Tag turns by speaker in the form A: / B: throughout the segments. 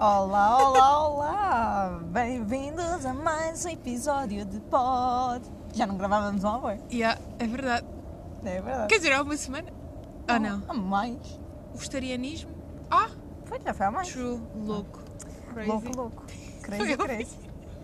A: Olá, olá, olá! Bem-vindos a mais um episódio de Pod. Já não gravávamos um amor?
B: É verdade.
A: É verdade.
B: Quer dizer, há uma semana? Não.
A: Há mais.
B: O vegetarianismo?
A: Foi, já foi há mais.
B: True. Louco. Crazy.
A: Louco. Crazy,
B: Foi
A: crazy.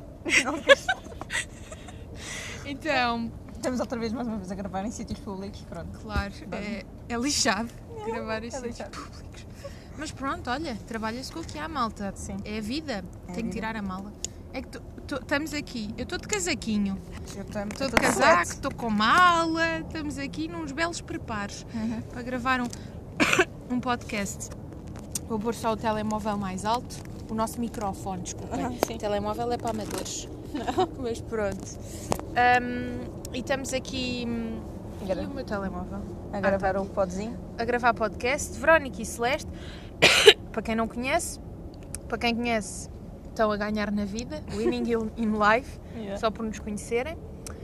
B: Então,
A: Estamos outra vez, mais uma vez, a gravar em sítios públicos. Pronto.
B: claro, é lixado gravar em
A: é
B: sítios
A: lixado.
B: públicos. Mas pronto, olha, trabalha-se com o que há, malta.
A: Sim.
B: É a vida.
A: É a
B: Tenho que
A: vida.
B: tirar a mala. É que estamos aqui. Eu estou de casaquinho.
A: Estou
B: Estou de casaco, estou com mala. Estamos aqui nos belos preparos para gravar um podcast. Vou pôr só o telemóvel mais alto. O nosso microfone, desculpem.
A: Sim.
B: O telemóvel é para amadores. Mas pronto. E estamos aqui... E o meu telemóvel?
A: A gravar o podzinho.
B: A gravar podcast. Verónica e Celeste. Para quem não conhece. Para quem conhece, estão a ganhar na vida. Winning in life.
A: Yeah.
B: Só por nos conhecerem.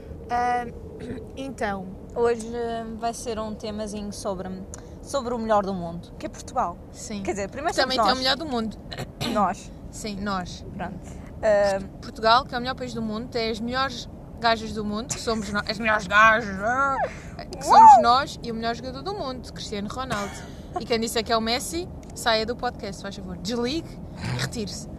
B: Então,
A: Hoje vai ser um temazinho sobre o melhor do mundo, que é Portugal.
B: sim.
A: Quer dizer, primeiro
B: Também
A: somos
B: tem o melhor do mundo.
A: nós.
B: Sim, nós.
A: Pronto.
B: Portugal, que é o melhor país do mundo, tem as melhores gajas do mundo, que somos nós. As melhores gajas, que somos nós, e o melhor jogador do mundo, Cristiano Ronaldo. E quem disse que é o Messi, saia do podcast, faz favor. Desligue e retire-se.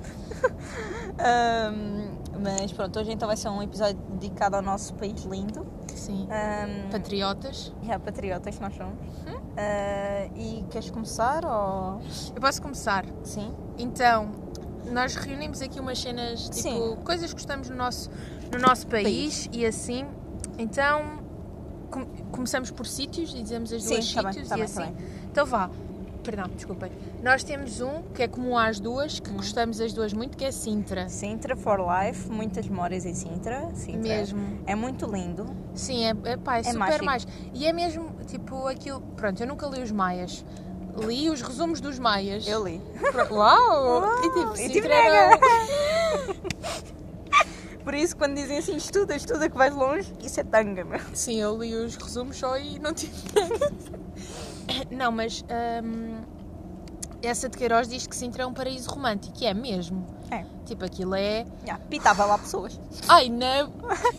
A: Mas pronto, hoje então vai ser um episódio dedicado ao nosso país lindo.
B: Sim. Patriotas.
A: E há patriotas que nós somos. E queres começar ou...
B: Eu posso começar.
A: Sim?
B: Então, nós reunimos aqui umas cenas, tipo,
A: Sim.
B: coisas que gostamos no nosso país e assim. Então, começamos por sítios e dizemos as duas
A: Sim, tá
B: sítios
A: bem,
B: e
A: tá
B: assim.
A: bem.
B: Então vá. Perdão, desculpem. Nós temos um que é comum às duas, que gostamos as duas muito, que é Sintra.
A: Sintra for life, muitas memórias em Sintra. Sintra
B: Mesmo.
A: É muito lindo.
B: Sim, é super
A: mágico.
B: mágico. E é mesmo, tipo, aquilo... Pronto, eu nunca li os Maias. Li os resumos dos Maias.
A: Eu li.
B: Uau! E tipo,
A: E
B: Sintra era...
A: Por isso, quando dizem assim, estuda que vais longe, isso é tanga, meu.
B: Sim, eu li os resumos só e não tive... Não, mas... essa de Queiroz diz que Sintra é um paraíso romântico. E é mesmo.
A: É.
B: Tipo, aquilo é...
A: Pitava lá pessoas.
B: Ai, não!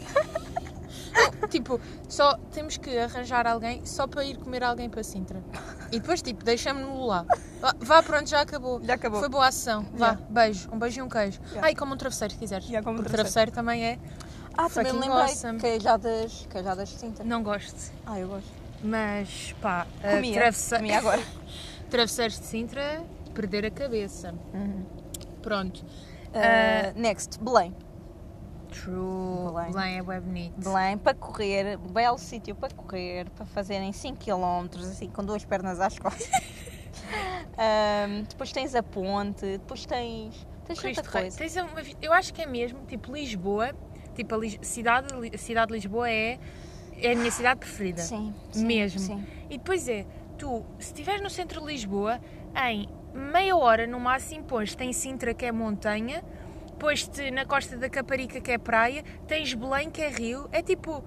B: Tipo, só temos que arranjar alguém só para ir comer alguém para Sintra. E depois, tipo, deixamos-no lá. Vá, pronto, já acabou.
A: Já acabou.
B: Foi boa a sessão. Vá,
A: Yeah.
B: beijo. Um beijo e um queijo.
A: Yeah.
B: Ai, como um travesseiro, se quiseres.
A: Yeah, como um
B: Porque travesseiro também é...
A: Também me
B: fucking
A: lembrei.
B: awesome.
A: Queijadas de Sintra.
B: Não gosto.
A: Eu gosto.
B: Mas, pá,
A: Comia agora.
B: travesseiros de Sintra, perder a cabeça. Pronto.
A: Next, Belém.
B: True.
A: Belém.
B: Belém é bem bonito.
A: Belém, para correr, belo sítio para correr, para fazerem 5 km, assim, com duas pernas às costas. Depois tens a ponte, depois tens
B: Cristo
A: tanta
B: Rei.
A: coisa.
B: Eu acho que é mesmo, tipo, Lisboa, tipo, a cidade de Lisboa é a minha cidade preferida.
A: Sim,
B: Mesmo.
A: sim.
B: E depois tu, se estiveres no centro de Lisboa, em meia hora no máximo, pões-te em Sintra, que é montanha, pões-te na Costa da Caparica, que é praia, tens Belém, que é rio, é tipo,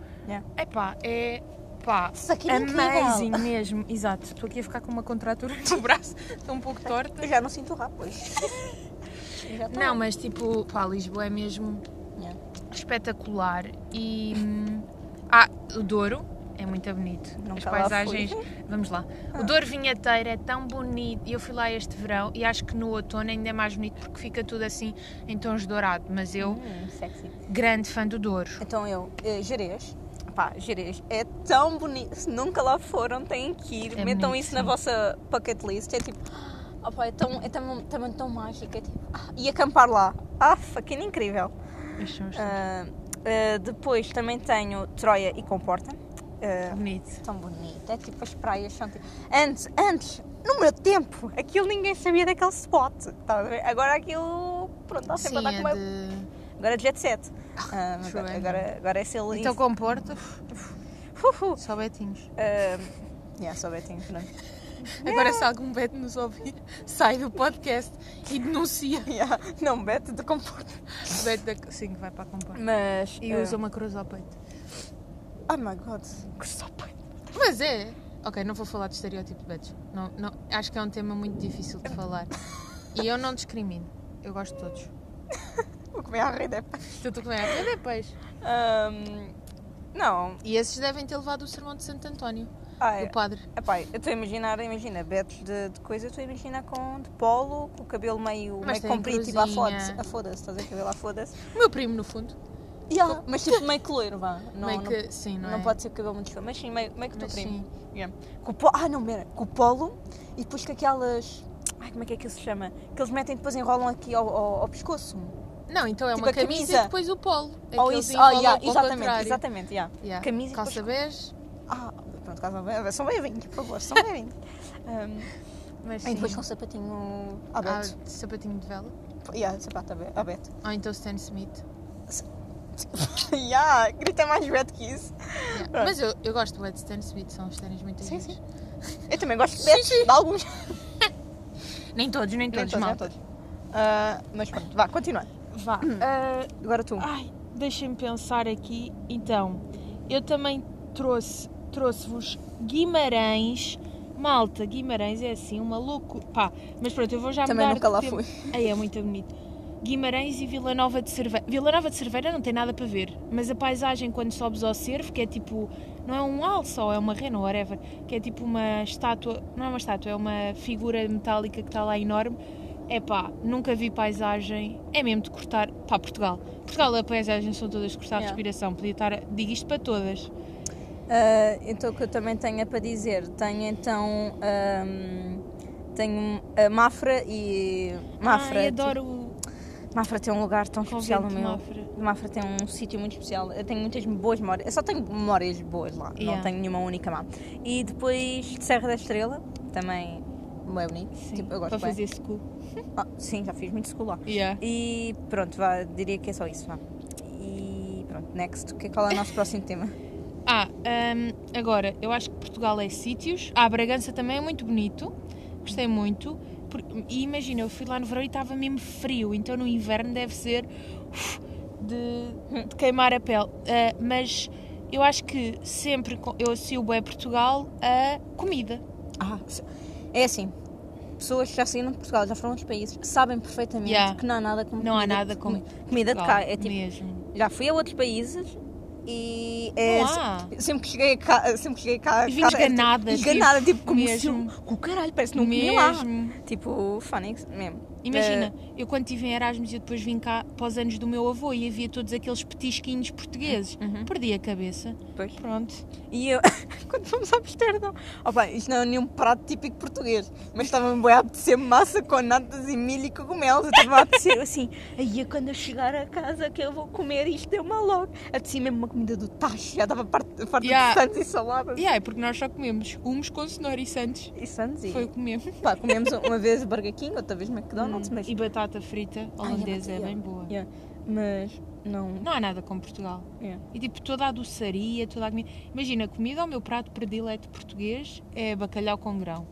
B: amazing mesmo. Exato, estou aqui a ficar com uma contratura no braço, estou um pouco torta.
A: Eu já não sinto rabo, pois.
B: Não, mas tipo, Lisboa é mesmo espetacular e... o Douro é muito bonito.
A: Nunca
B: As
A: lá
B: paisagens...
A: fui.
B: Vamos lá. O Douro Vinheteiro é tão bonito. E eu fui lá este verão e acho que no outono ainda é mais bonito porque fica tudo assim em tons dourados. Mas eu,
A: Sexy.
B: grande fã do Douro.
A: Então Gerês. Gerês é tão bonito. Se nunca lá foram, têm que ir.
B: É
A: Metam
B: bonito,
A: isso na
B: sim.
A: vossa bucket list. É tipo... também tão mágico. É tipo... E acampar lá. Fucking incrível.
B: Estes são os
A: Depois também tenho Troia e Comporta.
B: bonito.
A: Tão bonito. É tipo, as praias são tipo... Antes, no meu tempo, aquilo ninguém sabia daquele spot. Tá a ver? Agora aquilo... Pronto, está sempre a dar com uma... Agora é jet set. Agora é ser lindo.
B: Então comporta só betinhos.
A: Só Betinho, pronto.
B: Agora se algum beto nos ouvir, sai do podcast e denuncia.
A: Não, Beto de Comporta.
B: Beto sim, vai para a comporta.
A: Mas...
B: E usa uma cruz ao peito.
A: Oh my God. Que só peito.
B: Mas é. Ok, não vou falar de estereótipo de betos. Não, acho que é um tema muito difícil de falar. E eu não discrimino. Eu gosto de todos.
A: Vou comer à rede é peixe.
B: Tu comer a rede é peixe.
A: Não.
B: E esses devem ter levado o sermão de Santo António, do padre.
A: Epá, eu estou a imaginar, betos de coisa, eu estou a imaginar de polo, com o cabelo meio comprido, tipo, a foda-se, estás a ver, cabelo a foda-se.
B: O meu primo, no fundo.
A: Mas tipo meio coloiro, vá.
B: Não
A: pode ser cabelo muito escuro, mas sim, meio que o teu primo.
B: Yeah.
A: Com o polo e depois com aquelas... como é que se chama? Que eles metem e depois enrolam aqui ao pescoço.
B: Não, então é
A: tipo
B: uma camisa e depois o polo.
A: Exatamente. Camisa
B: calça bege.
A: Pronto, calça bege. São bem-vindos, por favor, são bem-vindos.
B: Mas
A: e depois com sapatinho aberto.
B: Sapatinho de vela?
A: Sapato aberto.
B: Ou então Stan Smith.
A: Grita mais beto que isso.
B: Mas eu gosto de Stan Smith, são os ténis muito giros.
A: Sim. Eu também gosto de betos, de alguns.
B: Nem todos, malta.
A: Mas pronto, vá, continua.
B: Vá.
A: Agora tu.
B: Deixem-me pensar aqui. Então, eu também trouxe-vos Guimarães. Malta, Guimarães é assim, uma loucura. Mas pronto, eu vou já
A: também
B: mudar
A: nunca lá
B: de tempo.
A: fui.
B: É muito bonito. Guimarães e Vila Nova de Cerveira. Vila Nova de Cerveira não tem nada para ver, mas a paisagem quando sobes ao cervo, que é tipo, não é um alce ou é uma rena ou whatever, que é tipo uma estátua, não é uma estátua, é uma figura metálica que está lá enorme. Nunca vi paisagem, é mesmo de cortar, Portugal, a paisagem são todas de cortar a respiração, digo isto para todas.
A: Então o que eu também tenho para dizer, tenho a Mafra e...
B: adoro
A: Mafra tem um lugar tão especial no meu.
B: Mafra.
A: Mafra tem um sítio muito especial. Eu tenho muitas boas memórias. Eu só tenho memórias boas lá. Não tenho nenhuma única má. E depois de Serra da Estrela, também é bonito.
B: Sim,
A: tipo, eu gosto
B: para fazer school.
A: Sim, já fiz muito school lá.
B: Yeah.
A: E pronto, diria que é só isso. E pronto, next. Qual é o nosso próximo tema?
B: Agora, eu acho que Portugal é sítios. Bragança também é muito bonito. Gostei muito. E imagina, eu fui lá no verão e estava mesmo frio, então no inverno deve ser de queimar a pele. Mas eu acho que sempre eu associo bem Portugal a comida.
A: É assim, pessoas que já saíram de Portugal, já foram a outros países, sabem perfeitamente que não há nada como
B: não há nada como
A: comida de cá. É tipo,
B: mesmo.
A: Já fui a outros países e sempre que cheguei cá
B: e vim esganada,
A: tipo como mesmo. O caralho, parece que não comi lá. Tipo, Fónix, mesmo.
B: Imagina, eu quando estive em Erasmus e depois vim cá para os anos do meu avô e havia todos aqueles petisquinhos portugueses. Perdi a cabeça.
A: Pois.
B: Pronto.
A: E eu, quando fomos a Amsterdão, isto não é nenhum prato típico português, mas estava-me bem a apetecer massa com natas e milho e cogumelos. Eu estava a apetecer assim, aí quando eu chegar a casa que eu vou comer isto, deu-me logo. Apetecia mesmo uma comida do tacho, já estava farta de sandes e saladas.
B: Porque nós só comemos humos com cenoura e sandes. Foi o que comemos.
A: Comemos uma vez Burger King, outra vez McDonald's. Mas...
B: E batata frita holandesa é bem boa.
A: Mas não
B: há nada como Portugal. E tipo, toda a doçaria, toda a comida. Imagina, a comida, o meu prato predileto português é bacalhau com grão.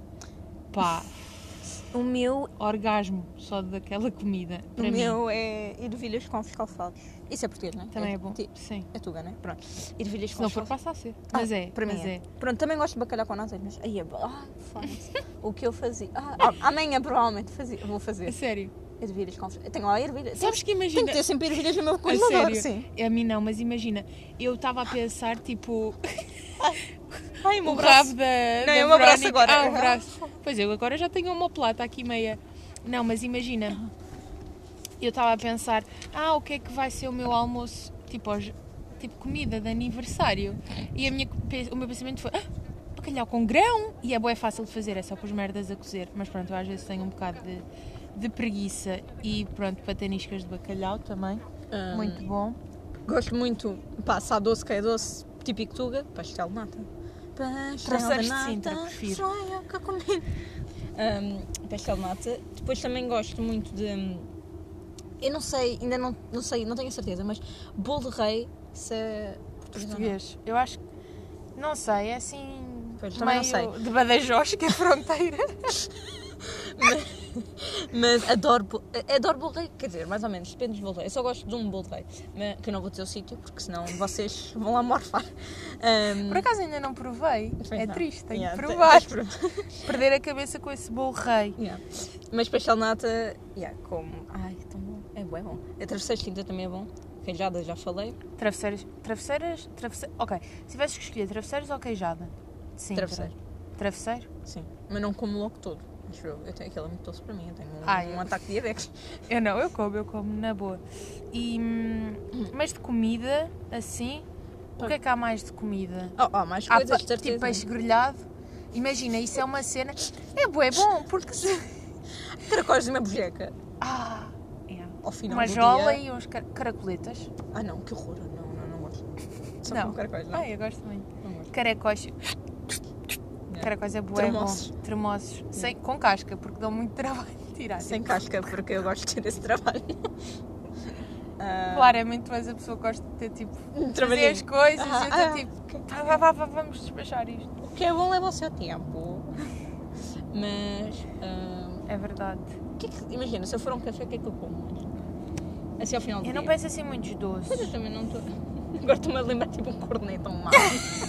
A: O meu...
B: Orgasmo só daquela comida.
A: O meu é ervilhas com ovos calfados. Isso é português, não é?
B: Também é bom. Sim.
A: É tuga, não é? Pronto. Ervilhas com
B: se não for, passa a ser. Mas
A: para mim é. Pronto, também gosto de bacalhau com natas, mas... o que eu fazia... amanhã provavelmente vou fazer.
B: A sério?
A: Ervilhas com... Eu tenho lá ervilhas.
B: Sabes que imagina...
A: Tenho que ter sempre ervilhas no meu congelador,
B: sim. A mim não, mas imagina, eu estava a pensar, tipo...
A: o
B: rabo da
A: não, é o meu braço agora.
B: O braço. Pois eu agora já tenho uma plata aqui meia. Não, mas imagina, eu estava a pensar, o que é que vai ser o meu almoço, tipo comida de aniversário. E o meu pensamento foi, bacalhau com grão. E é bué fácil de fazer, é só pôr merdas a cozer. Mas pronto, eu às vezes tenho um bocado de preguiça. E pronto, pataniscas de bacalhau também, muito bom.
A: Gosto muito, se há doce que é doce, típico tuga, pastel de nata.
B: Pastel de Sintra, prefiro.
A: Sonho que eu comi. Pastel de nata. Depois também gosto muito de... Eu não sei, ainda não sei, não tenho a certeza, mas bolo de rei, se é
B: português. Eu acho que... Não sei, é assim...
A: Pois, também não sei.
B: De Badajoz, que é a fronteira.
A: Mas adoro bolo rei, quer dizer, mais ou menos, depende dos bolos rei. Eu só gosto de um bolo rei, que eu não vou dizer o sítio, porque senão vocês vão lá morfar.
B: Por acaso ainda não provei, é triste, tenho que
A: provar.
B: Perder a cabeça com esse bolo rei.
A: Mas pastel de nata, como... Ai, tão bom, é bom. A travesseiros de tinta também é bom, queijada já falei.
B: Travesseiros, ok, se tivesse que escolher travesseiros ou queijada? Sim. Travesseiro?
A: Sim, mas não como logo todo. Eu tenho aquele muito doce para mim, eu tenho um ataque de diabetes.
B: Eu como na boa. Mas de comida, assim, o que é que há mais de comida?
A: Mais coisas, de certeza.
B: Tipo peixe grelhado. Imagina, isso é uma cena... É bom, porque...
A: Caracóis de uma bojeca. Ao final
B: uma
A: do
B: jola
A: dia...
B: e uns caracoletas.
A: Não, que horror. Não gosto. Só
B: não.
A: Com caracóis, não.
B: Eu gosto muito. Caracóis. Caracóis é bom. Tremosos. Com casca, porque dão muito trabalho de tirar.
A: Sem casca, porque eu gosto de ter esse trabalho.
B: Claramente tu és a pessoa que gosta de ter, tipo, fazer as coisas e eu tipo, vamos despachar isto.
A: O que é bom leva o seu tempo. Mas...
B: é verdade.
A: Imagina, se eu for a um café, o que é que eu como? Assim ao final do dia.
B: Eu não penso assim muitos doces.
A: Mas eu também não estou... Agora estou-me a lembrar tipo um corneto, um mar.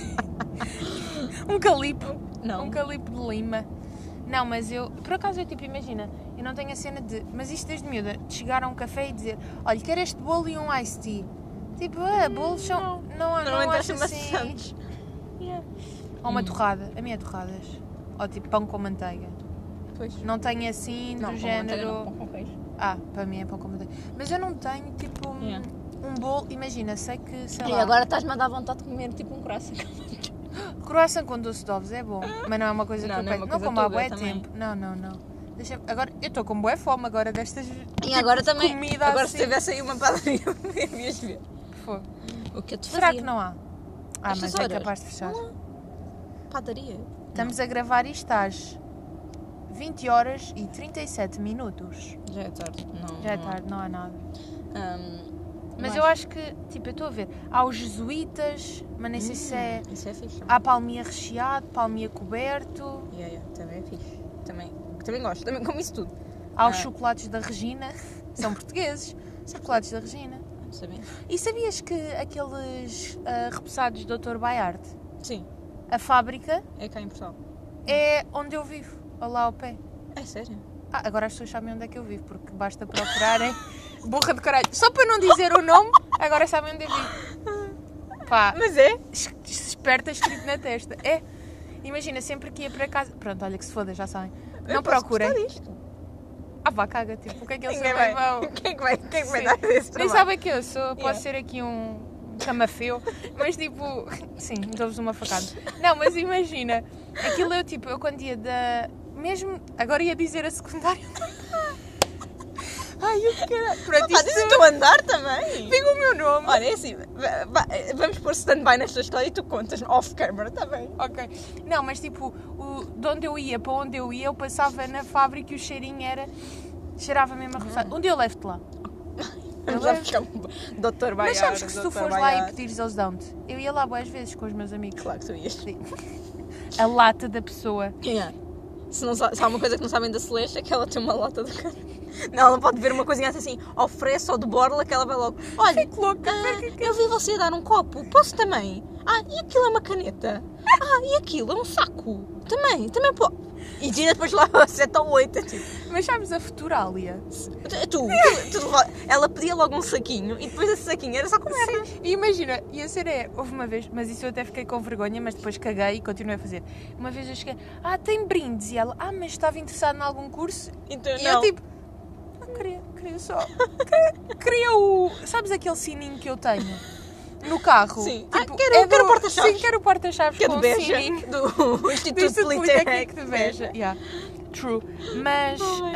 B: Um calipo.
A: Não.
B: Um calipo de lima. Não, mas por acaso eu tipo, imagina, eu não tenho a cena de, mas isto desde miúda, de chegar a um café e dizer, olha, quero este bolo e um iced tea. Tipo, bolos são, não acho assim. Ou uma torrada, a minha é torradas. Ou tipo pão com manteiga.
A: Pois.
B: Não tenho assim, do género...
A: Não, pão com queijo.
B: Para mim é pão com manteiga. Mas eu não tenho tipo um bolo, imagina, sei que, sei lá...
A: E agora estás-me a dar vontade de comer tipo um croissant.
B: Croissant com doce de ovos é bom, mas não é uma coisa que eu peço. Não como há bué tempo. Não. Agora, eu estou com bué fome agora destas
A: e agora também,
B: comida
A: agora
B: assim.
A: Se tivesse aí uma padaria, ias ver.
B: Fogo.
A: O que eu te
B: Será
A: fazia?
B: que não há? Mas
A: horas?
B: é capaz de fechar.
A: Não há. Padaria?
B: Estamos a gravar isto às 20 horas e 37 minutos.
A: Já é tarde.
B: Não há nada. Mas eu acho que, tipo, eu estou a ver, há os jesuítas, mas nem sei se é...
A: Isso é fixe.
B: Há palmia recheado, palmia coberto...
A: Também é fixe. Também gosto, também como isso tudo.
B: Há os chocolates da Regina, são portugueses, chocolates da Regina.
A: Sabia.
B: E sabias que aqueles repousados do Dr. Baiarte?
A: Sim.
B: A fábrica...
A: É cá em Portugal.
B: É onde eu vivo, lá ao pé.
A: É sério?
B: Agora as pessoas sabem onde é que eu vivo, porque basta procurarem... Burra de caralho. Só para não dizer o nome, agora sabem onde eu vivo. Pá,
A: mas é?
B: Esperta escrito na testa. É. Imagina, sempre que ia para casa... Pronto, olha que se foda, já sabem. Não procurem. Vá, caga, tipo, o que é que eles sabem?
A: Quem vai dar esse trabalho?
B: Nem sabem que eu sou. Posso ser aqui um camafeu, mas tipo... Sim, dou-vos uma facada. Não, mas imagina, aquilo eu quando ia da... Mesmo... Agora ia dizer a secundária... Ai, eu quero...
A: Dizes o teu andar também?
B: Diga o meu nome.
A: Olha, é assim, vamos pôr stand-by nesta história e tu contas off-camera também.
B: Ok. Não, mas tipo, de onde eu ia para onde eu ia, eu passava na fábrica e o cheirinho era... Cheirava mesmo a roçado. Um dia eu levo-te lá.
A: Já ficamos Dr. Baiar.
B: Mas sabes que se tu fores lá e pedires, eles dão-te. Eu ia lá boas vezes com os meus amigos.
A: Claro que tu ias.
B: Sim. A lata da pessoa.
A: Se há uma coisa que não sabem da Celeste, é que ela tem uma lata de cara. Não, ela pode ver uma coisinha assim, oferece ou de borla, que ela vai logo. Olha,
B: fico louca.
A: Eu vi você dar um copo, posso também? E aquilo é uma caneta? E aquilo é um saco? Também pode. E tira depois lá 7 ou 8. Tipo.
B: Mas sabes a Futurália?
A: Ela pedia logo um saquinho e depois esse saquinho era só com merda.
B: E imagina, e a ser houve uma vez, mas isso eu até fiquei com vergonha, mas depois caguei e continuei a fazer. Uma vez eu cheguei, tem brindes, e ela, mas estava interessado em algum curso?
A: Então,
B: e eu tipo, queria só, queria o, sabes aquele sininho que eu tenho? No carro.
A: Sim.
B: Tipo,
A: quero o porta-chaves.
B: Sim, quero o porta-chaves
A: que
B: com
A: é de Beja,
B: sininho.
A: do Instituto Politécnico
B: de Beja. True. Mas,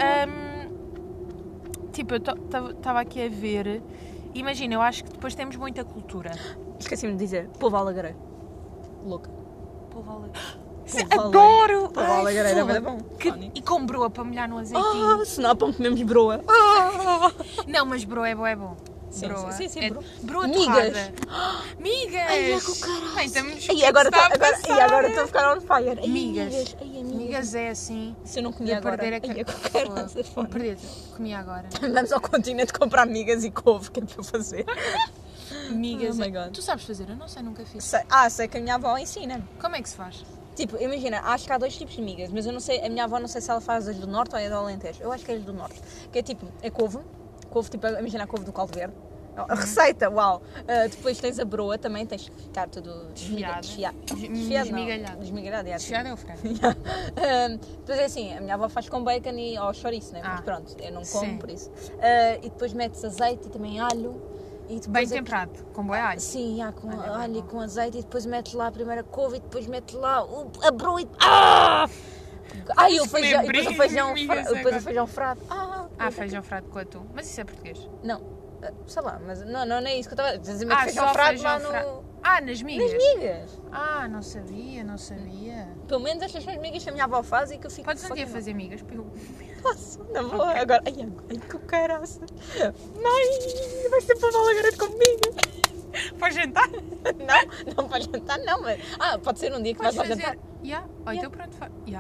B: tipo, eu estava aqui a ver. Imagina, eu acho que depois temos muita cultura.
A: Esqueci-me de dizer, polvo alagareiro. Louca.
B: Polvo alagareiro. Adoro!
A: Polvo alagareiro é bom.
B: E com broa para molhar no azeitinho.
A: Se não há pão comemos broa.
B: Não, mas broa é bom.
A: Sim,
B: broa.
A: sim,
B: é
A: broa.
B: Broa
A: Migas.
B: torrada. Migas!
A: Ai, é com caralho.
B: Bem, estamos...
A: E agora
B: está
A: estou a ficar on fire. Ai,
B: Migas.
A: Ai,
B: Migas é assim...
A: Se eu não
B: de
A: comia agora.
B: perder
A: Ai, é com
B: Fogo.
A: caralho.
B: Perder, comia agora.
A: Vamos ao continente comprar migas e couve, que é para eu fazer.
B: Migas
A: Oh my God.
B: Tu sabes fazer? Eu não sei, nunca fiz.
A: Sei que a minha avó ensina.
B: Como é que se faz?
A: Tipo, imagina, acho que há 2 tipos de migas, mas eu não sei, a minha avó não sei se ela faz as do norte ou é do Alentejo. Eu acho que é as do norte. Que é tipo, é couve, tipo, imagina a couve do caldo verde. A receita, uau! Depois tens a broa, também tens que ficar tudo desfiado.
B: Desmigalhado.
A: Desmigalhado,
B: Desfiado é o frango.
A: Depois é assim, a minha avó faz com bacon e ou chouriço, né? Mas pronto, eu não como
B: sim.
A: por isso. E depois metes azeite e também alho. E
B: Bem temperado, com boi alho.
A: Sim, com
B: Olha,
A: alho e
B: bom.
A: com azeite e depois metes lá a primeira couve e depois metes lá a broa e... E o feijão, e depois o feijão frado.
B: Feijão frado com atum. Mas isso é português?
A: Não, sei lá, mas não é isso que eu estava a dizer. Feijão frado lá no...
B: nas migas?
A: Nas migas.
B: Não sabia.
A: Pelo menos estas são as migas que a minha avó faz e que eu fico...
B: Podes um dia fazer migas?
A: Posso, na boa. Okay. Agora, ai que caraça. Mãe, vai ser para mal agora comigo.
B: Para jantar?
A: Não para jantar não, mas... pode ser um dia que vais ao jantar.
B: Então pronto.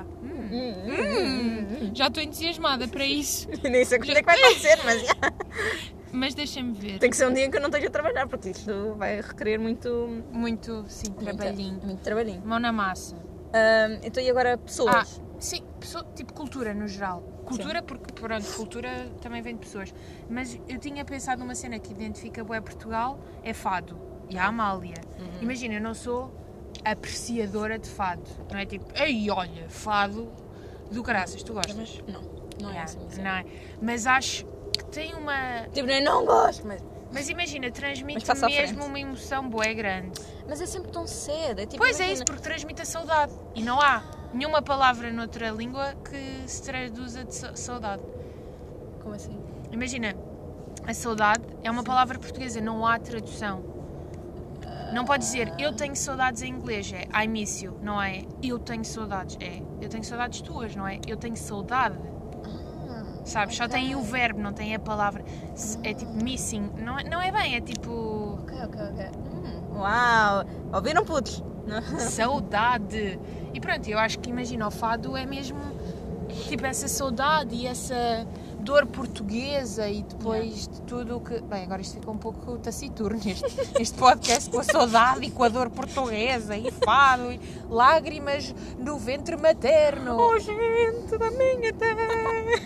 B: Já estou entusiasmada para isso.
A: Nem sei como é que vai acontecer, mas
B: Mas deixa-me ver.
A: Tem que ser um dia em que eu não esteja a trabalhar, porque isto vai requerer muito...
B: Sim, trabalhinho.
A: Muito trabalhinho.
B: Mão na massa.
A: Então e agora pessoas?
B: Sim, tipo cultura no geral. Cultura, porque pronto, cultura também vem de pessoas. Mas eu tinha pensado numa cena que identifica bué Portugal, é fado. E a Amália. Imagina, eu não sou apreciadora de fado. Não é tipo, ei, olha, fado do caraças, tu gostas?
A: Não é assim.
B: Não é. Mas acho que tem uma...
A: Tipo, eu não gosto,
B: Mas imagina, transmite
A: Mas
B: mesmo uma emoção bué grande.
A: Mas é sempre tão cedo. É tipo,
B: Pois é isso, porque transmite a saudade. E não há nenhuma palavra noutra língua que se traduza de saudade.
A: Como assim?
B: Imagina, a saudade é uma palavra portuguesa, não há tradução. Não pode dizer eu tenho saudades em inglês, é I miss you, não é eu tenho saudades, é eu tenho saudades tuas, não é eu tenho saudade. Sabes? Só tem o verbo, não tem a palavra. É tipo missing, não é bem, é tipo...
A: Ok. Uau! Ouviram putos?
B: Saudade. E pronto, eu acho que imagina, o fado é mesmo tipo essa saudade e essa dor portuguesa e depois de tudo o que... Bem, agora isto fica um pouco taciturno, este podcast com a saudade e com a dor portuguesa e fado e lágrimas no ventre materno.
A: Oh, gente da minha terra!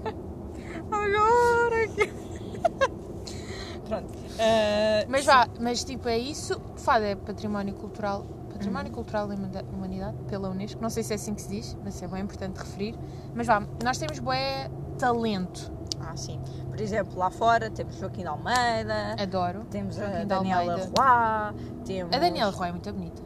A: Agora que... Pronto.
B: Mas tipo, é isso. Fado é património cultural da humanidade, pela Unesco. Não sei se é assim que se diz, mas é bem importante referir. Mas nós temos bué talento.
A: Sim. Por exemplo, lá fora temos Joaquim de Almeida.
B: Adoro.
A: Temos
B: Joaquim
A: a Daniela Roy.
B: A Daniela Roy é muito bonita.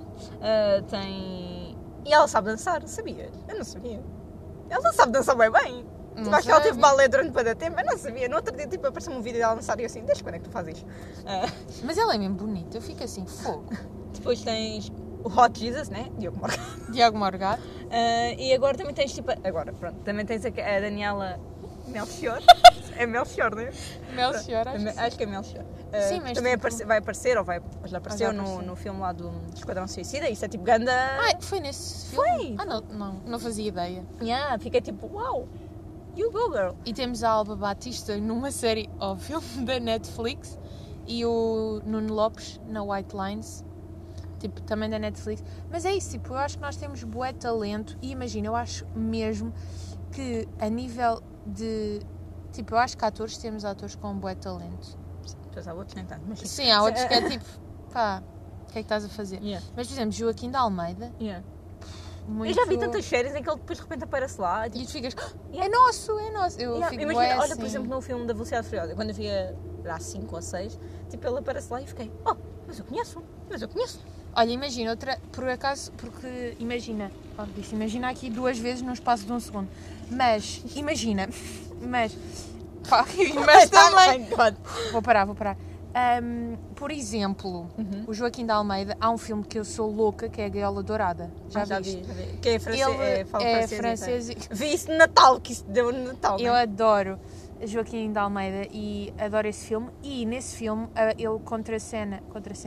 A: E ela sabe dançar, sabias? Eu não sabia. Ela sabe dançar bem. Acho que ela teve balé durante muito tempo, eu não sabia. No outro dia apareceu-me um vídeo dela dançar e eu assim, desde quando é que tu fazes isto?
B: Mas ela é mesmo bonita, eu fico assim, fogo.
A: Depois tens o Hot Jesus, né?
B: Diogo Morgado.
A: E agora também tens também tens a Daniela Melchior. É Melchior, não é?
B: Melchior,
A: acho que é Melchior.
B: Sim, mas
A: também
B: tipo...
A: vai aparecer, já apareceu no filme lá do Esquadrão Suicida. Isso é tipo ganda...
B: foi nesse filme?
A: Foi!
B: Não fazia ideia.
A: Fiquei tipo, uau! You go, girl!
B: E temos a Alba Batista numa série, óbvio, da Netflix e o Nuno Lopes na White Lines, tipo, também da Netflix. Mas é isso, tipo, eu acho que nós temos bué talento e imagina, eu acho mesmo que a nível de... Tipo, eu acho que temos atores com bué talento.
A: Depois há outros nem tanto, mas...
B: Sim, há outros que é tipo, pá, o que é que estás a fazer? Mas, por exemplo, Joaquim de Almeida... Muito...
A: Eu já vi tantas séries em que ele depois de repente aparece lá
B: e tu ficas, é nosso. Eu fico
A: imagina,
B: olha,
A: assim. Por exemplo, no filme da Velocidade Furiosa, quando eu via lá 5 ou 6, tipo, ele aparece lá e fiquei, mas eu conheço.
B: Olha, imagina, por acaso, porque imagina aqui 2 vezes no espaço de 1 segundo, mas também, vou parar. Por exemplo, o Joaquim de Almeida, há um filme que eu sou louca, que é a Gaiola Dourada. Já vi.
A: Que é francês.
B: É francês.
A: Vi isso no Natal, que isso deu no Natal.
B: Eu adoro. Joaquim de Almeida, e adoro esse filme. E nesse filme ele contracena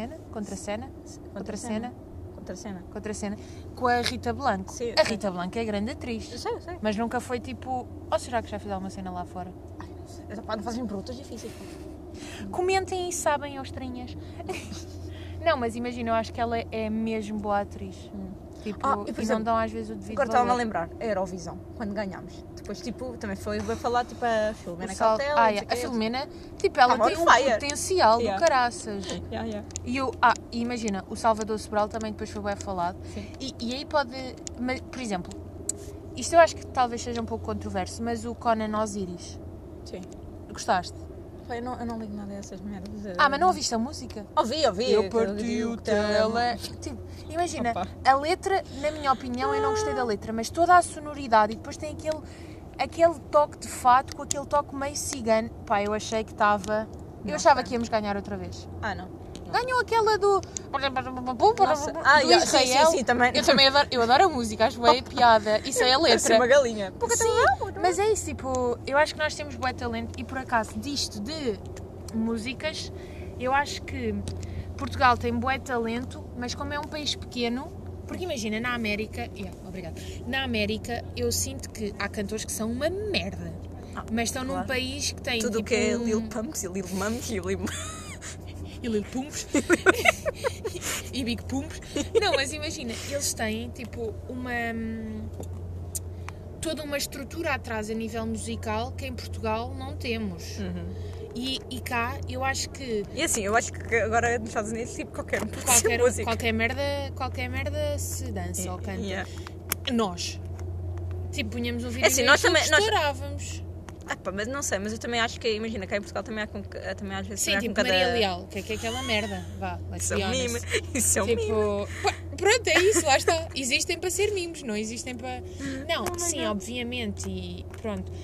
B: com a Rita Blanco.
A: Sim,
B: a Rita Blanco é grande atriz.
A: Eu sei.
B: Mas nunca foi tipo... Ou será que já fiz alguma cena lá fora?
A: Não fazem perguntas difíceis.
B: Comentem e sabem, ostrinhas. Não, mas imagina, eu acho que ela é mesmo boa atriz. Tipo, e não dão às vezes o devido
A: agora
B: valor.
A: estava-me a lembrar, a Eurovisão, quando ganhámos. Depois, tipo, também foi falar, tipo, a Filomena Cautela.
B: A Filomena, tipo, ela tem um potencial do caraças. E imagina, o Salvador Sobral também depois foi bem falado. E aí pode... Mas, por exemplo, isto eu acho que talvez seja um pouco controverso, mas o Conan Osiris.
A: Sim.
B: Gostaste?
A: Eu não ligo nada dessas merdas.
B: Mas não ouviste a música?
A: Ouvi.
B: Eu parti o tele... Tipo, imagina, a letra, na minha opinião, eu não gostei da letra, mas toda a sonoridade e depois tem aquele toque de fato com aquele toque meio cigano. Pá, eu achei que estava... Eu achava que íamos ganhar outra vez.
A: Não.
B: Ganhou aquela do Israel.
A: Sim, também.
B: Eu adoro a música, acho bem piada. Isso é a letra.
A: Parece uma galinha.
B: Sim, mas é isso, tipo, eu acho que nós temos bué talento e por acaso disto de músicas, eu acho que Portugal tem bué talento, mas como é um país pequeno, porque imagina, na América, na América eu sinto que há cantores que são uma merda, mas estão num país que tem
A: tudo
B: tipo,
A: que é Lil Pumps e Lil Mums e Lil...
B: E Lil Pumps e Big Pumps. Não, mas imagina, eles têm tipo toda uma estrutura atrás a nível musical que em Portugal não temos. E cá eu acho que...
A: E assim, eu acho que agora nos Estados Unidos tipo qualquer música.
B: Qualquer merda se dança ou canta. Nós tipo punhamos um vídeo
A: assim,
B: e
A: nós
B: estourávamos.
A: Mas não sei, mas eu também acho que, imagina, cá em Portugal também há também às vezes...
B: Sim, tipo Maria Leal, que é aquela merda, vá,
A: isso é um mime, isso é um mime.
B: Pronto, é isso, lá está, existem para ser mimos, não existem para... Não, sim, obviamente, e pronto,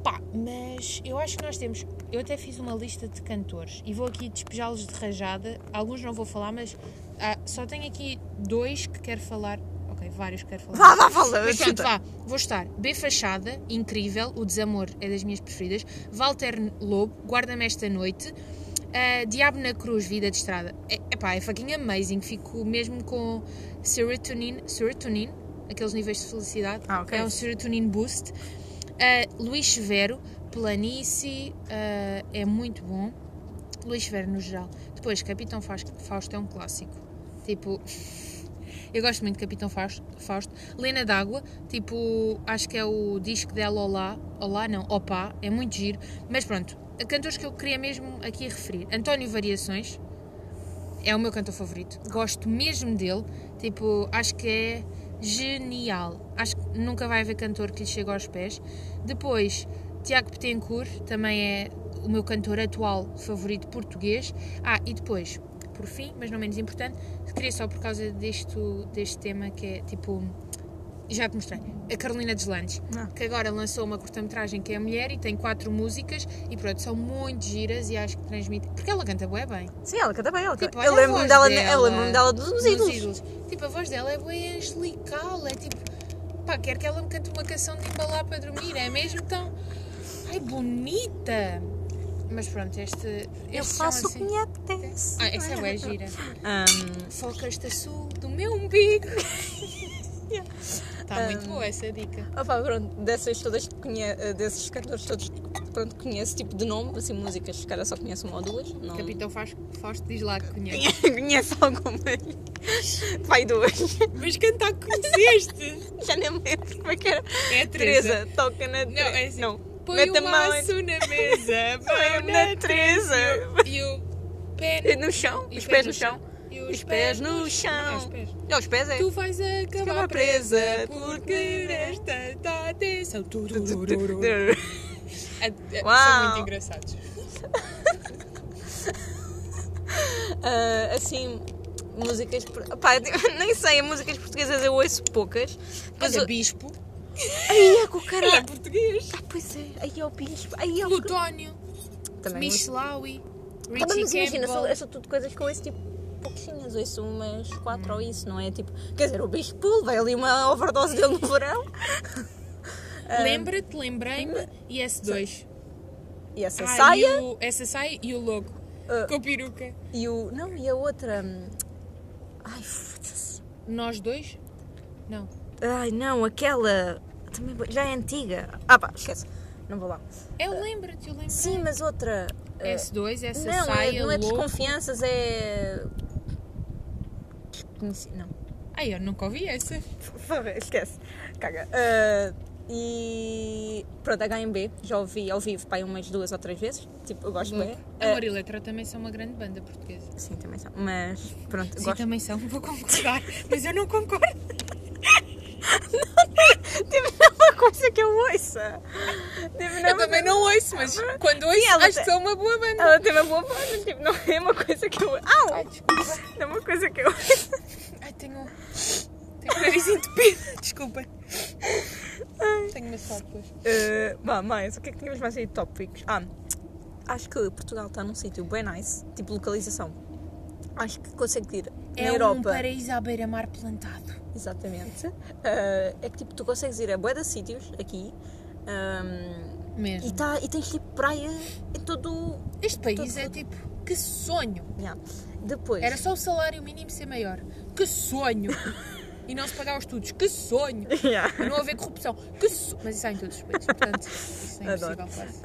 B: mas eu acho que nós temos... Eu até fiz uma lista de cantores, e vou aqui despejá-los de rajada, alguns não vou falar, mas só tenho aqui 2 que quero falar... vários que quero falar.
A: Vá, fala.
B: Mas pronto, vou estar. B Fachada, incrível, o Desamor é das minhas preferidas. Walter Lobo, Guarda-me Esta Noite. Diabo na Cruz, Vida de Estrada. É fucking amazing. Fico mesmo com serotonin, aqueles níveis de felicidade.
A: Okay.
B: É um serotonin boost. Luís Severo, Planície, é muito bom. Luís Severo no geral. Depois, Capitão Fausto é um clássico. Tipo... Eu gosto muito de Capitão Fausto. Lena D'Água, tipo, acho que é o disco dela Opá, é muito giro. Mas pronto, cantores que eu queria mesmo aqui referir. António Variações, é o meu cantor favorito. Gosto mesmo dele, tipo, acho que é genial. Acho que nunca vai haver cantor que lhe chegue aos pés. Depois, Tiago Betancourt, também é o meu cantor atual favorito português. E depois... Por fim, mas não menos importante, queria só por causa deste tema que é tipo, já te mostrei, a Carolina Deslandes, que agora lançou uma curta-metragem que é a Mulher e tem 4 músicas e pronto, são muito giras e acho que transmite, porque ela canta bué bem.
A: Sim, ela canta bem,
B: tipo,
A: eu lembro-me dela dos Ídolos.
B: Tipo, a voz dela é bué angelical, é tipo, quero que ela me cante uma canção de embalar para dormir, é mesmo tão, bonita. Mas pronto,
A: eu faço assim, o que me apetece.
B: Essa é bué gira. Focas-te a sul do meu umbigo. Está muito boa essa dica.
A: Pronto, dessas todas desses cantores todos, pronto, conheço tipo de nome, assim, músicas, se calhar só conheço 1 ou 2. Não...
B: Capitão Fausto diz lá que conhece.
A: Conheço algumas. Pai 2.
B: Mas cantar que conheceste?
A: Já nem lembro como é que era.
B: É a Teresa.
A: Toca na...
B: Não, é assim.
A: Não.
B: Põe o maço na mesa, mão na Teresa. E o pé
A: no chão. Os pés no chão.
B: E os pés no chão.
A: Os pés é.
B: Tu vais acabar presa porque nesta tua atenção. São muito engraçados.
A: Assim, músicas... nem sei, músicas portuguesas eu ouço poucas.
B: Olha, Bispo.
A: Aí é com o caralho.
B: Ele é português.
A: Pois é. Aí é o Bispo.
B: Plutónio. Michelawi. Richie Campbell.
A: Eu sou tudo coisas que eu ouço tipo pouquinhas. Ouço umas 4 ou isso, não é? Tipo, quer dizer, o Bispo vai ali uma overdose dele no verão.
B: Lembrei-me e S2.
A: E essa saia...
B: Essa saia e o logo. Com peruca.
A: E a outra... Ai, foda-se.
B: Nós dois? Não.
A: Ai, não, aquela... Também já é antiga. Ah pá, esquece. Não vou lá.
B: Eu lembro-te.
A: Sim, mas outra...
B: S2, essa
A: não,
B: saia,
A: não é
B: logo.
A: Desconfianças, é... Não.
B: Ai, eu nunca ouvi essa.
A: Esquece. Caga. E pronto, HMB, já ouvi ao vivo pai umas 2 ou 3 vezes. Tipo, eu gosto bem.
B: Amor e Letra também são uma grande banda portuguesa.
A: Sim, também são. Mas pronto,
B: Sim,
A: gosto.
B: também são, vou concordar. Mas eu não concordo.
A: Tipo, não é uma coisa que eu ouça. Tipo,
B: Eu também não ouço, mas quando ouço, acho que são uma boa banda.
A: Ela tem uma boa banda, tipo, não é uma coisa que eu... Au!
B: Ai, desculpa.
A: Não é uma coisa que eu ouço.
B: Ai, tenho o nariz entupido. Desculpa. Tenho uma só depois.
A: Mais, o que é que tínhamos mais aí de tópicos? Acho que Portugal está num sítio bem nice, tipo localização. Acho que consegue ir na Europa.
B: É um paraíso à beira-mar plantado.
A: Exatamente. É que tipo, tu consegues ir a bué de sítios aqui.
B: Mesmo.
A: E tens tipo praia em todo...
B: Este país é tipo, que sonho.
A: Yeah. Depois...
B: Era só o salário mínimo ser maior. Que sonho. E não se pagar os estudos. Que sonho.
A: Yeah.
B: E não haver corrupção. Mas isso há em todos os países. Portanto, isso é impossível quase.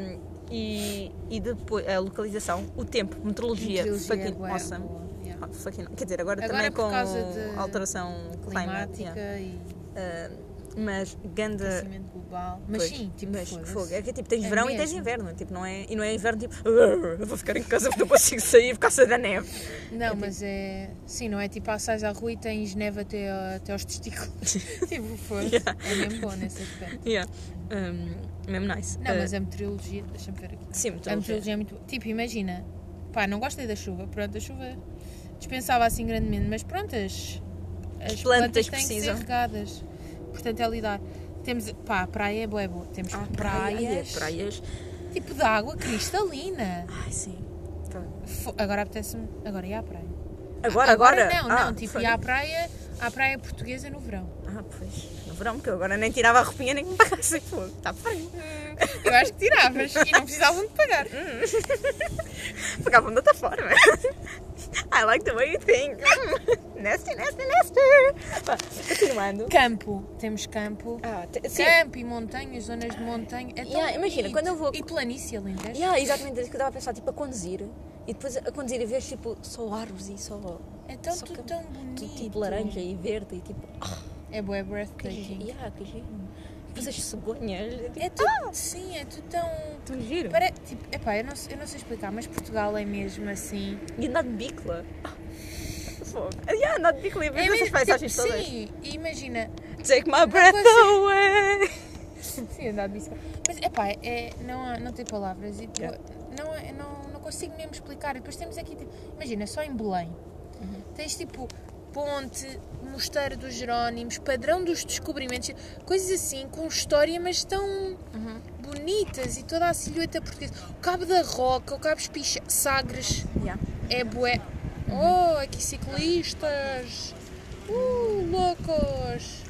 A: E depois a localização, o tempo, meteorologia, fucking awesome.
B: Yeah.
A: Quer dizer, agora também
B: por
A: com
B: causa de
A: alteração
B: climática
A: climática mas ganda
B: aquecimento global. Mas
A: pois,
B: sim, tipo,
A: fogo. É que tipo, tens verão
B: mesmo.
A: e tens inverno, tipo, não é inverno tipo, eu vou ficar em casa porque não consigo sair por causa da neve.
B: Não, mas é... Sim, não é tipo, sais à rua e tens neve até aos testículos. Tipo, foda-se.
A: Yeah.
B: É mesmo bom nesse aspecto.
A: Yeah. Mesmo nice.
B: Não, mas a meteorologia, deixa-me ver aqui.
A: Sim,
B: A meteorologia é muito boa. Tipo, imagina, pá, não gostei da chuva. Pronto, a chuva dispensava assim grandemente, mas pronto, as plantas têm que ser regadas. Portanto, é lidar. Temos, pá, a praia é boa. Temos
A: praias.
B: Tipo de água cristalina.
A: Ai, sim.
B: Agora apetece-me. Agora ia à praia.
A: Agora?
B: Não, tipo, ia à praia portuguesa no verão.
A: Pois, no verão, porque eu agora nem tirava a roupinha nem me pagassem fogo. Está frio.
B: Eu acho que tiravas e não precisavam de pagar.
A: Pagavam de outra forma. I like the way you think. Nasty. Continuando.
B: Campo. Temos campo. Campo e montanhas, zonas de montanha. É tão
A: imagina, quando eu vou...
B: E planície, Alentejo.
A: Exatamente, é isso que eu estava a pensar, tipo, a conduzir. E depois a conduzir e ver, tipo, só árvores e só...
B: É tudo tão bonito.
A: Tudo tipo laranja e verde e tipo...
B: É bué breathtaking.
A: Que giro. Depois as cegonhas.
B: É tudo, sim, é tudo tão...
A: Tão giro.
B: Tipo, epá, eu não sei explicar, mas Portugal é mesmo assim...
A: E andar de bicla. Andar de bicla e ver essas paisagens
B: tipo,
A: todas.
B: Sim, e imagina...
A: Take my breath away.
B: Sim, andar de bicicleta. Mas, epá, não tem palavras. E, não consigo mesmo explicar. E depois temos aqui, tipo, imagina, só em Belém. Tens, tipo, Ponte, Mosteiro dos Jerónimos, Padrão dos Descobrimentos, coisas assim, com história, mas tão bonitas. E toda a silhueta portuguesa. O Cabo da Roca, o Cabo Espicha, Sagres. É bué. Aqui ciclistas. Loucos.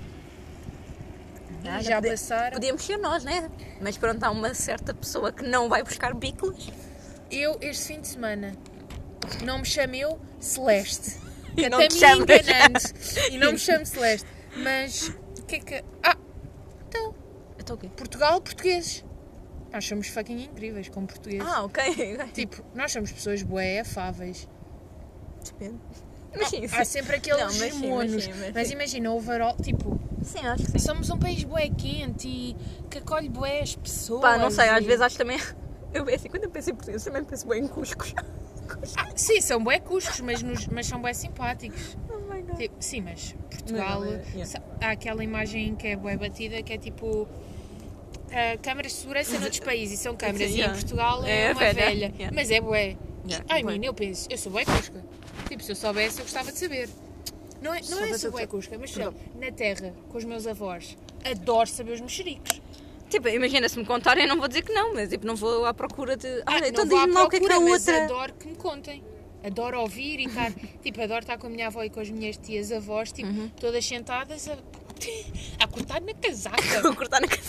B: E já passaram.
A: Podíamos ser nós, né? Mas pronto, há uma certa pessoa que não vai buscar biclas.
B: Eu, este fim de semana, não me chamo eu Celeste.
A: E não
B: até
A: te
B: me
A: chamo
B: enganando. E não me chamo Celeste. Mas, o que é que... Então
A: o quê?
B: Portugal, portugueses. Nós somos fucking incríveis como portugueses.
A: Ok.
B: Tipo, nós somos pessoas bué afáveis.
A: Depende.
B: Há sempre aqueles monos. Mas imagina, overall, tipo...
A: Sim, acho que sim.
B: Somos um país bué quente e que acolhe bué as pessoas.
A: Pá, não sei, às vezes acho também... Assim, quando eu penso em português, também penso bem em cuscos.
B: Sim, são bué cuscos, mas são bué simpáticos.
A: Oh my God.
B: Tipo, sim, mas Portugal... Há aquela imagem que é bué batida, que é tipo... câmaras de segurança noutros países, e são câmaras. E em Portugal é uma velha. Mas é bué. Eu penso, eu sou bué cusca. Tipo, se eu soubesse, eu gostava de saber. Não é sou bué cusca, mas sou na terra, com os meus avós. Adoro saber os mexericos.
A: Tipo, imagina, se me contarem, eu não vou dizer que não, mas tipo, não vou à procura de... então
B: não vou à
A: diz-me lá o que é que a
B: mas
A: outra...
B: adoro que me contem. Adoro ouvir e estar... tipo, adoro estar com a minha avó e com as minhas tias avós, tipo, todas sentadas a cortar na casaca.
A: A cortar na casaca.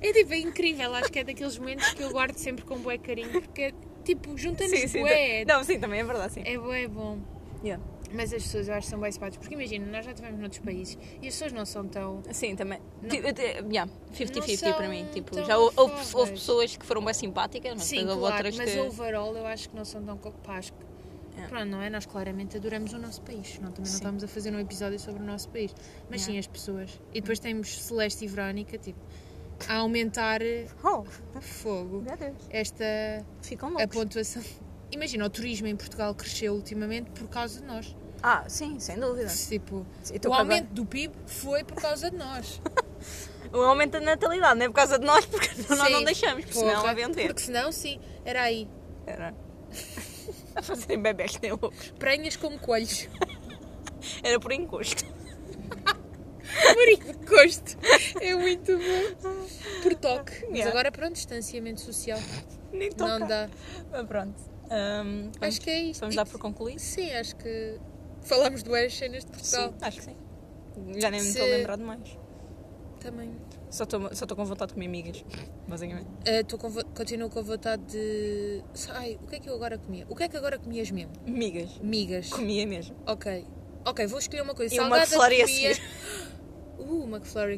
B: É tipo, é incrível, acho que é daqueles momentos que eu guardo sempre com bué carinho, porque tipo, junta-nos bué.
A: Não, sim, também é verdade, sim.
B: É bué bom.
A: Yeah.
B: Mas as pessoas eu acho que são bem simpáticas, porque imagina, nós já estivemos noutros países e as pessoas não são tão...
A: Sim, também.
B: Não.
A: 50-50 para mim. Tipo,
B: tão
A: já houve
B: afáveis.
A: pessoas que foram bem simpáticas, mas
B: Sim,
A: depois houve
B: claro,
A: outras
B: mas
A: que...
B: overall eu acho que não são tão... Pá, acho que... Pronto, não é? Nós claramente adoramos o nosso país. Também não estamos a fazer um episódio sobre o nosso país. Mas sim, as pessoas. E depois temos Celeste e Verónica, tipo, a aumentar fogo.
A: Meu Deus.
B: Esta
A: Ficam
B: a
A: loucos.
B: pontuação. Imagina, o turismo em Portugal cresceu ultimamente por causa de nós.
A: Ah, sim, sem dúvida.
B: Tipo,
A: Então,
B: o aumento do PIB foi por causa de nós.
A: O aumento da natalidade, não é por causa de nós, porque nós não deixamos, porque senão
B: Porra,
A: haviam de ver.
B: Porque senão, sim, era aí.
A: Era. A fazerem bebés nem loucos.
B: Prenhas como coelhos.
A: Era por encosto.
B: Por encosto. É muito bom. Por toque. Mas
A: Yeah.
B: agora, pronto, distanciamento social.
A: Nem toca.
B: Não dá.
A: Mas pronto.
B: Acho que é isto.
A: Vamos dar por concluído?
B: Sim, acho que falámos de boas cenas de Portugal.
A: Sim, acho que sim. Já nem me
B: Se-
A: estou a lembrar de mais.
B: Também.
A: Só estou com vontade de comer migas, basicamente.
B: Continuo com a vontade de... Ai, o que é que eu agora comia? O que é que agora comias mesmo?
A: Migas.
B: Migas.
A: Comia mesmo.
B: Ok. Ok, vou escolher uma coisa.
A: E uma
B: Salgada
A: McFlurry a
B: comia...
A: seguir.
B: McFlurry.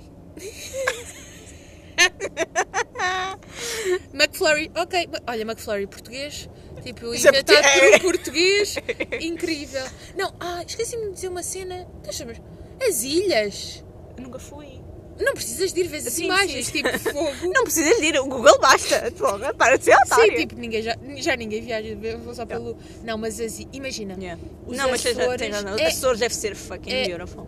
B: McFlurry, ok. Olha, McFlurry português. Tipo,
A: Isso é
B: inventado
A: português.
B: por um português. Incrível. Não, esqueci-me de dizer uma cena. As ilhas.
A: Eu nunca fui.
B: Não precisas de ir ver as
A: Sim,
B: imagens,
A: sim.
B: tipo fogo.
A: Não precisas de ir, o Google basta. Porra, para de ser otário.
B: Sim, tipo, ninguém viaja, vou só pelo... Não, mas imagina,
A: Yeah.
B: os
A: Não, mas já
B: Açores...
A: tem razão.
B: é-
A: Açores deve ser fucking
B: é-
A: beautiful.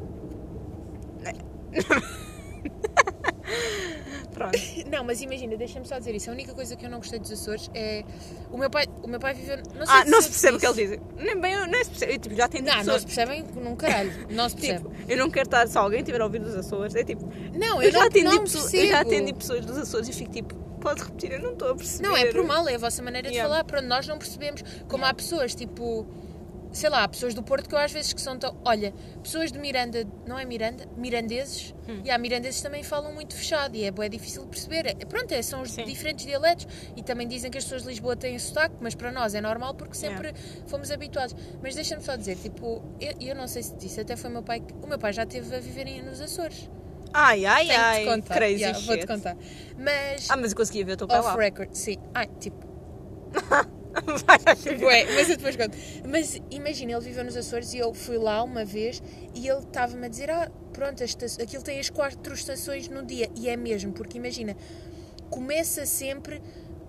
A: Pronto.
B: Não, mas imagina, deixa-me só dizer isso. A única coisa que eu não gostei dos Açores é... O meu pai viveu... Não sei
A: Não
B: se
A: se percebe o que
B: eu
A: ele diz. Nem bem, não se percebe. Eu, tipo, já tem
B: Não, não
A: pessoas.
B: se percebem num caralho. Não se percebe.
A: Tipo, eu não quero estar. Se alguém tiver ouvido dos Açores, é tipo.
B: Não,
A: Eu
B: eu
A: já
B: não,
A: atendi
B: não
A: pessoas,
B: percebo.
A: eu já atendi pessoas dos Açores e fico tipo, pode repetir, eu não estou a perceber.
B: Não, é por mal, é a vossa maneira de
A: Yeah.
B: falar. Pronto, nós não percebemos. Como há pessoas, tipo... Sei lá, há pessoas do Porto que eu às vezes que são tão... Olha, pessoas de Miranda... Não é Miranda? Mirandeses. E há mirandeses também falam muito fechado e é bué difícil de perceber. Pronto, são os
A: Sim.
B: diferentes dialetos. E também dizem que as pessoas de Lisboa têm sotaque, mas para nós é normal porque sempre fomos habituados. Mas deixa-me só dizer, tipo... Eu não sei se disse, até foi o meu pai... O meu pai já esteve a viver nos Açores.
A: Ai,
B: Tenho-te contar.
A: crazy
B: Yeah,
A: shit.
B: vou-te contar. Mas...
A: Mas eu conseguia ver o teu pai
B: Off
A: lá.
B: record, sim. Tipo...
A: Vai, já chega.
B: Ué, mas eu depois conto. Mas imagina, ele viveu nos Açores e eu fui lá uma vez e ele estava-me a dizer: pronto, aquilo tem as 4 estações no dia. E é mesmo, porque imagina, começa sempre,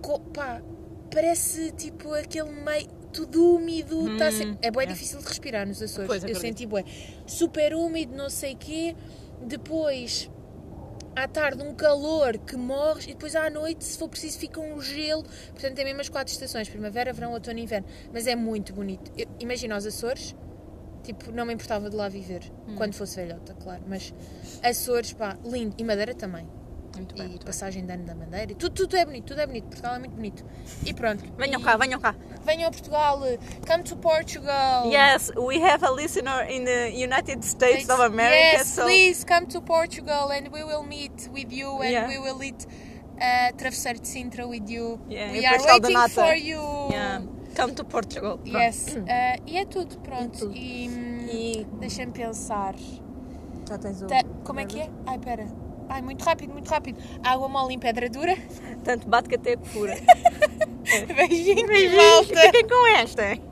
B: parece tipo aquele meio. Tudo úmido, é bué difícil de respirar nos Açores.
A: Pois,
B: eu
A: acredito.
B: senti bué. Super úmido, não sei quê. Depois, à tarde, um calor que morres. E depois, à noite, se for preciso, fica um gelo. Portanto, tem mesmo as 4 estações. Primavera, verão, outono e inverno. Mas é muito bonito. Imagina os Açores. Tipo, não me importava de lá viver. Quando fosse velhota, claro. Mas Açores, lindo. E Madeira também.
A: Muito bem,
B: E
A: muito
B: passagem de ano da Madeira. Tudo é bonito, tudo é bonito. Portugal é muito bonito. E pronto.
A: Venham cá, venham cá.
B: Venham a Portugal. Come to Portugal.
A: Yes, we have a listener in the United States of America.
B: Yes,
A: so
B: please come to Portugal and we will meet with you and
A: Yeah.
B: we will eat travesseiro de Sintra with you.
A: Yeah,
B: We
A: e
B: are
A: pastel de
B: waiting
A: nata.
B: for you.
A: yeah, come to Portugal. Pronto.
B: Yes. E é tudo, pronto.
A: tudo.
B: E deixa-me pensar.
A: Já tens o...
B: Como é que é? Ai, pera. Ai, muito rápido, muito rápido. Água mole em pedra dura.
A: Tanto bate que até fura.
B: Beijinhos,
A: Beijinhos,
B: malta.
A: fiquem com esta.